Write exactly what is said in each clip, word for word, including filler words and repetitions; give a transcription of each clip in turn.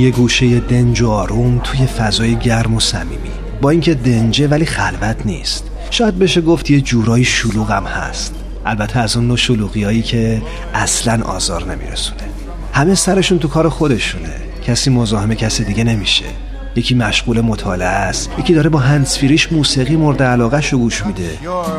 یه گوشه دنج و آروم توی فضای گرم و صمیمی. با اینکه دنجه ولی خلوت نیست. شاید بشه گفت یه جورایی شلوغم هست. البته از اون نوع شلوغیایی که اصلاً آزار نمیرسونه. همه سرشون تو کار خودشونه. کسی مزاحم کسی دیگه نمیشه. یکی مشغول مطالعه است، یکی داره با هندزفریش موسیقی مورد علاقه‌شو گوش میده.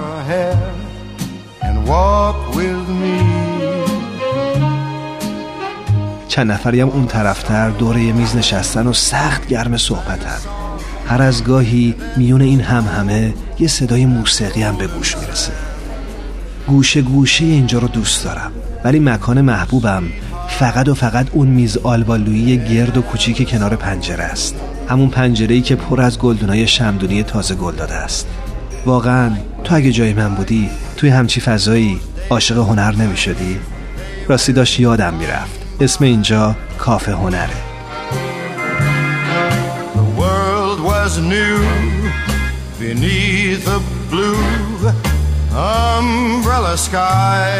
چند نفری هم اون طرفتر دوره یه میز نشستن و سخت گرم صحبتن. هر از گاهی میون این همهمه یه صدای موسیقی هم به گوش میرسه. گوشه گوشه اینجا رو دوست دارم، ولی مکان محبوبم فقط و فقط اون میز آلبالویی گرد و کوچیک کنار پنجره است. همون پنجره‌ای که پر از گلدونای شمعدونی تازه گل داده است. واقعاً تو اگه جای من بودی توی همچی فضایی عاشق هنر نمی‌شدی؟ راستی داشت یادم میرفت. اسم اینجا کافه هنره. The world was new beneath a blue umbrella sky.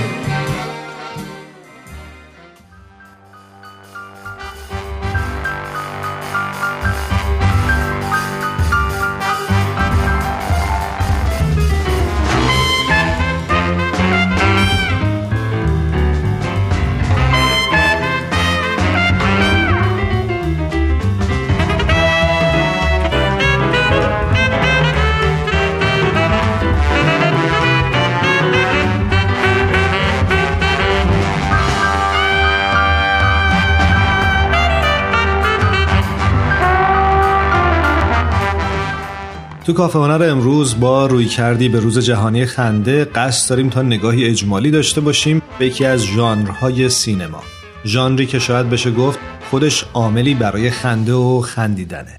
تو کافه هنر امروز با روی کردی به روز جهانی خنده قصد داریم تا نگاهی اجمالی داشته باشیم به یکی از ژانرهای سینما. ژانری که شاید بشه گفت خودش عاملی برای خنده و خندیدنه.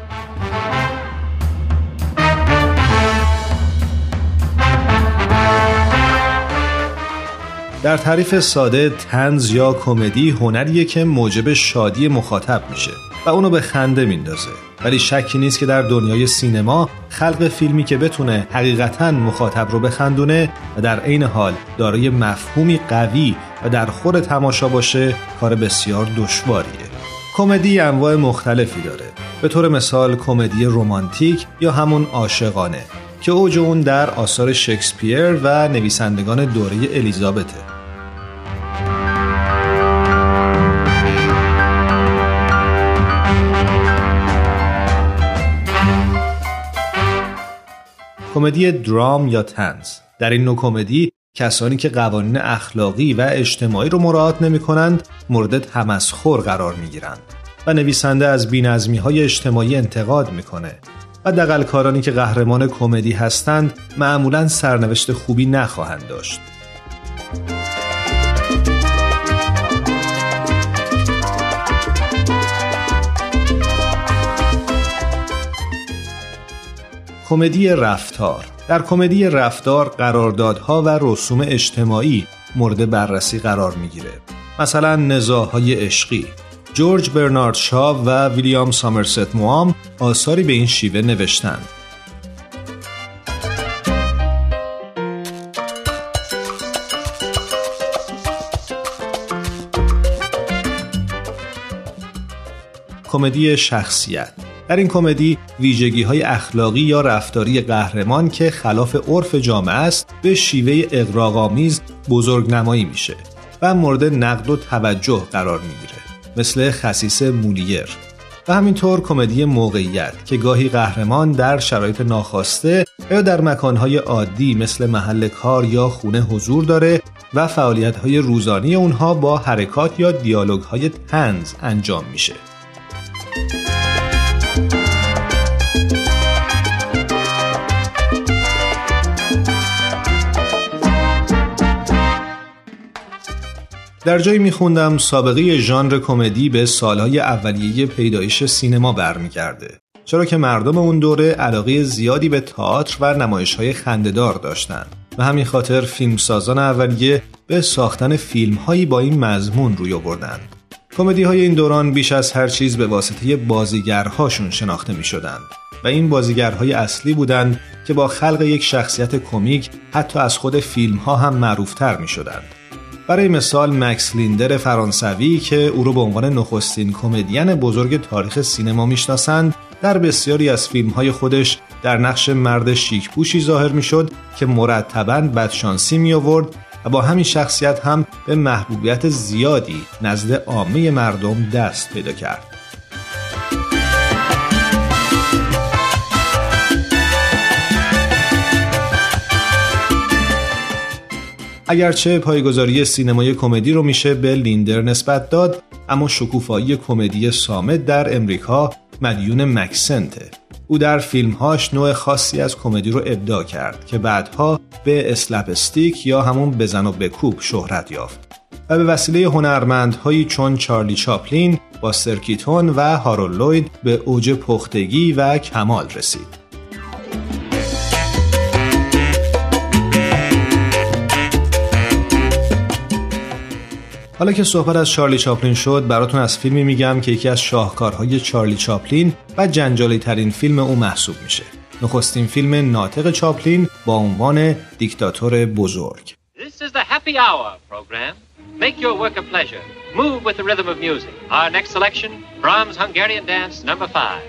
در تعریف ساده، طنز یا کمدی هنریه که موجب شادی مخاطب میشه و اونو به خنده میندازه. ولی شکی نیست که در دنیای سینما خلق فیلمی که بتونه حقیقتاً مخاطب رو بخندونه و در عین حال دارای مفهومی قوی و در خور تماشا باشه کار بسیار دشواریه. کمدی انواع مختلفی داره. به طور مثال کمدی رمانتیک یا همون عاشقانه که اوج اون در آثار شکسپیر و نویسندگان دوره الیزابته. کمدی درام یا طنز. در این نوع کمدی کسانی که قوانین اخلاقی و اجتماعی رو مراعات نمی کنند مورد تمسخر قرار می گیرند و نویسنده از بی‌نظمی‌های اجتماعی انتقاد میکنه و دغل‌کارانی که قهرمان کمدی هستند معمولاً سرنوشت خوبی نخواهند داشت. کمدی رفتار. در کمدی رفتار قراردادها و رسوم اجتماعی مورد بررسی قرار میگیره. مثلا نزاع‌های عشقی. جورج برنارد شاو و ویلیام سامرست موام آثاری به این شیوه نوشتند. کمدی شخصیت. در این کمدی ویژگی‌های اخلاقی یا رفتاری قهرمان که خلاف عرف جامعه است به شیوه اغراق‌آمیز بزرگنمایی میشه و مورد نقد و توجه قرار میگیره، مثل خسیس مولیر. و همینطور کمدی موقعیت که گاهی قهرمان در شرایط ناخواسته یا در مکان‌های عادی مثل محل کار یا خونه حضور داره و فعالیت‌های روزانه اونها با حرکات یا دیالوگ‌های طنز انجام میشه. در جایی میخوندم سابقه ژانر کمدی به سالهای اولیه پیدایش سینما برمیگرده، چرا که مردم اون دوره علاقه زیادی به تئاتر و نمایش‌های خنده‌دار داشتن و همین خاطر فیلمسازان اولیه به ساختن فیلم‌هایی با این مضمون روی آوردند. کمدی‌های این دوران بیش از هر چیز به واسطه بازیگرهاشون شناخته می‌شدند و این بازیگرهای اصلی بودند که با خلق یک شخصیت کمیک حتی از خود فیلم‌ها هم معروف‌تر می‌شدند. برای مثال مکس لیندر فرانسوی که او رو به عنوان نخستین کمدین بزرگ تاریخ سینما میشناسند، در بسیاری از فیلم‌های خودش در نقش مرد شیک‌پوشی ظاهر می‌شد که مرتباً بدشانسی می‌آورد و با همین شخصیت هم به محبوبیت زیادی نزد عامه مردم دست پیدا کرد. اگرچه پایه‌گذاری سینمای کمدی رو میشه به لیندر نسبت داد، اما شکوفایی کمدی صامت در امریکا مدیون مکسنته. او در فیلمهاش نوع خاصی از کمدی رو ابداع کرد که بعدها به اسلپ استیک یا همون بزن و بکوب شهرت یافت و به وسیله هنرمندهایی چون چارلی چاپلین، باستر کیتون و هارولد لوید به اوج پختگی و کمال رسید. حالا که صحبت از چارلی چاپلین شد، براتون از فیلمی میگم که یکی از شاهکارهای چارلی چاپلین و جنجالی ترین فیلم او محسوب میشه. نخستین فیلم ناطق چاپلین با عنوان دیکتاتور بزرگ. This is the happy hour program. Make your work a pleasure. Move with the rhythm of music. Our next selection, Brahms' Hungarian Dance number five.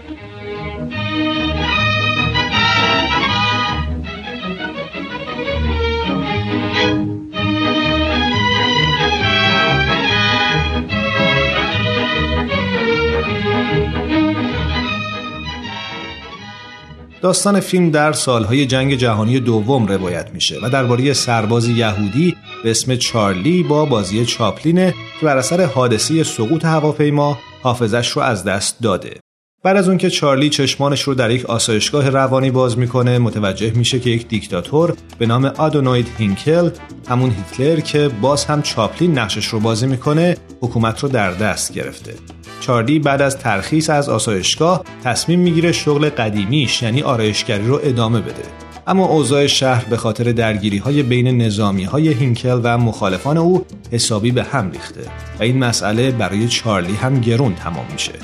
داستان فیلم در سالهای جنگ جهانی دوم روایت میشه و درباره سرباز یهودی به اسم چارلی با بازی چاپلینه که بر اثر حادثه سقوط هواپیما حافظش رو از دست داده. بعد از اون که چارلی چشمانش رو در یک آسایشگاه روانی باز میکنه، متوجه میشه که یک دیکتاتور به نام آدونوید هینکل، همون هیتلر که باز هم چاپلین نقشش رو بازی میکنه، حکومت رو در دست گرفته. چارلی بعد از ترخیص از آسایشگاه تصمیم میگیره شغل قدیمیش یعنی آرایشگری رو ادامه بده. اما اوضاع شهر به خاطر درگیری‌های بین نظامی‌های هینکل و مخالفان او حسابی به هم ریخته و این مسئله برای چارلی هم گرون تمام میشه.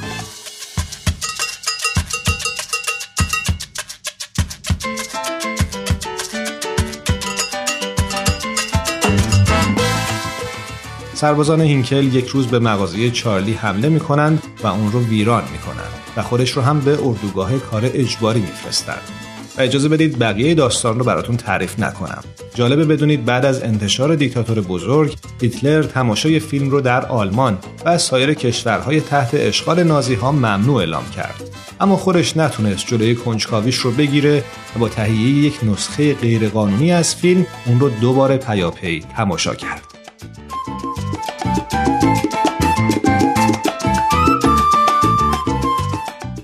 سربازان هینکل یک روز به مغازه چارلی حمله میکنند و اون رو ویران میکنند و خودش رو هم به اردوگاه کار اجباری میفرستند. و اجازه بدید بقیه داستان رو براتون تعریف نکنم. جالبه بدونید بعد از انتشار دیکتاتور بزرگ، هیتلر تماشای فیلم رو در آلمان و سایر کشورهای تحت اشغال نازی‌ها ممنوع اعلام کرد. اما خودش نتونست جلوی کنجکاویش رو بگیره و با تهیه یک نسخه غیرقانونی از فیلم اون رو دوباره پیاپی تماشا کرد.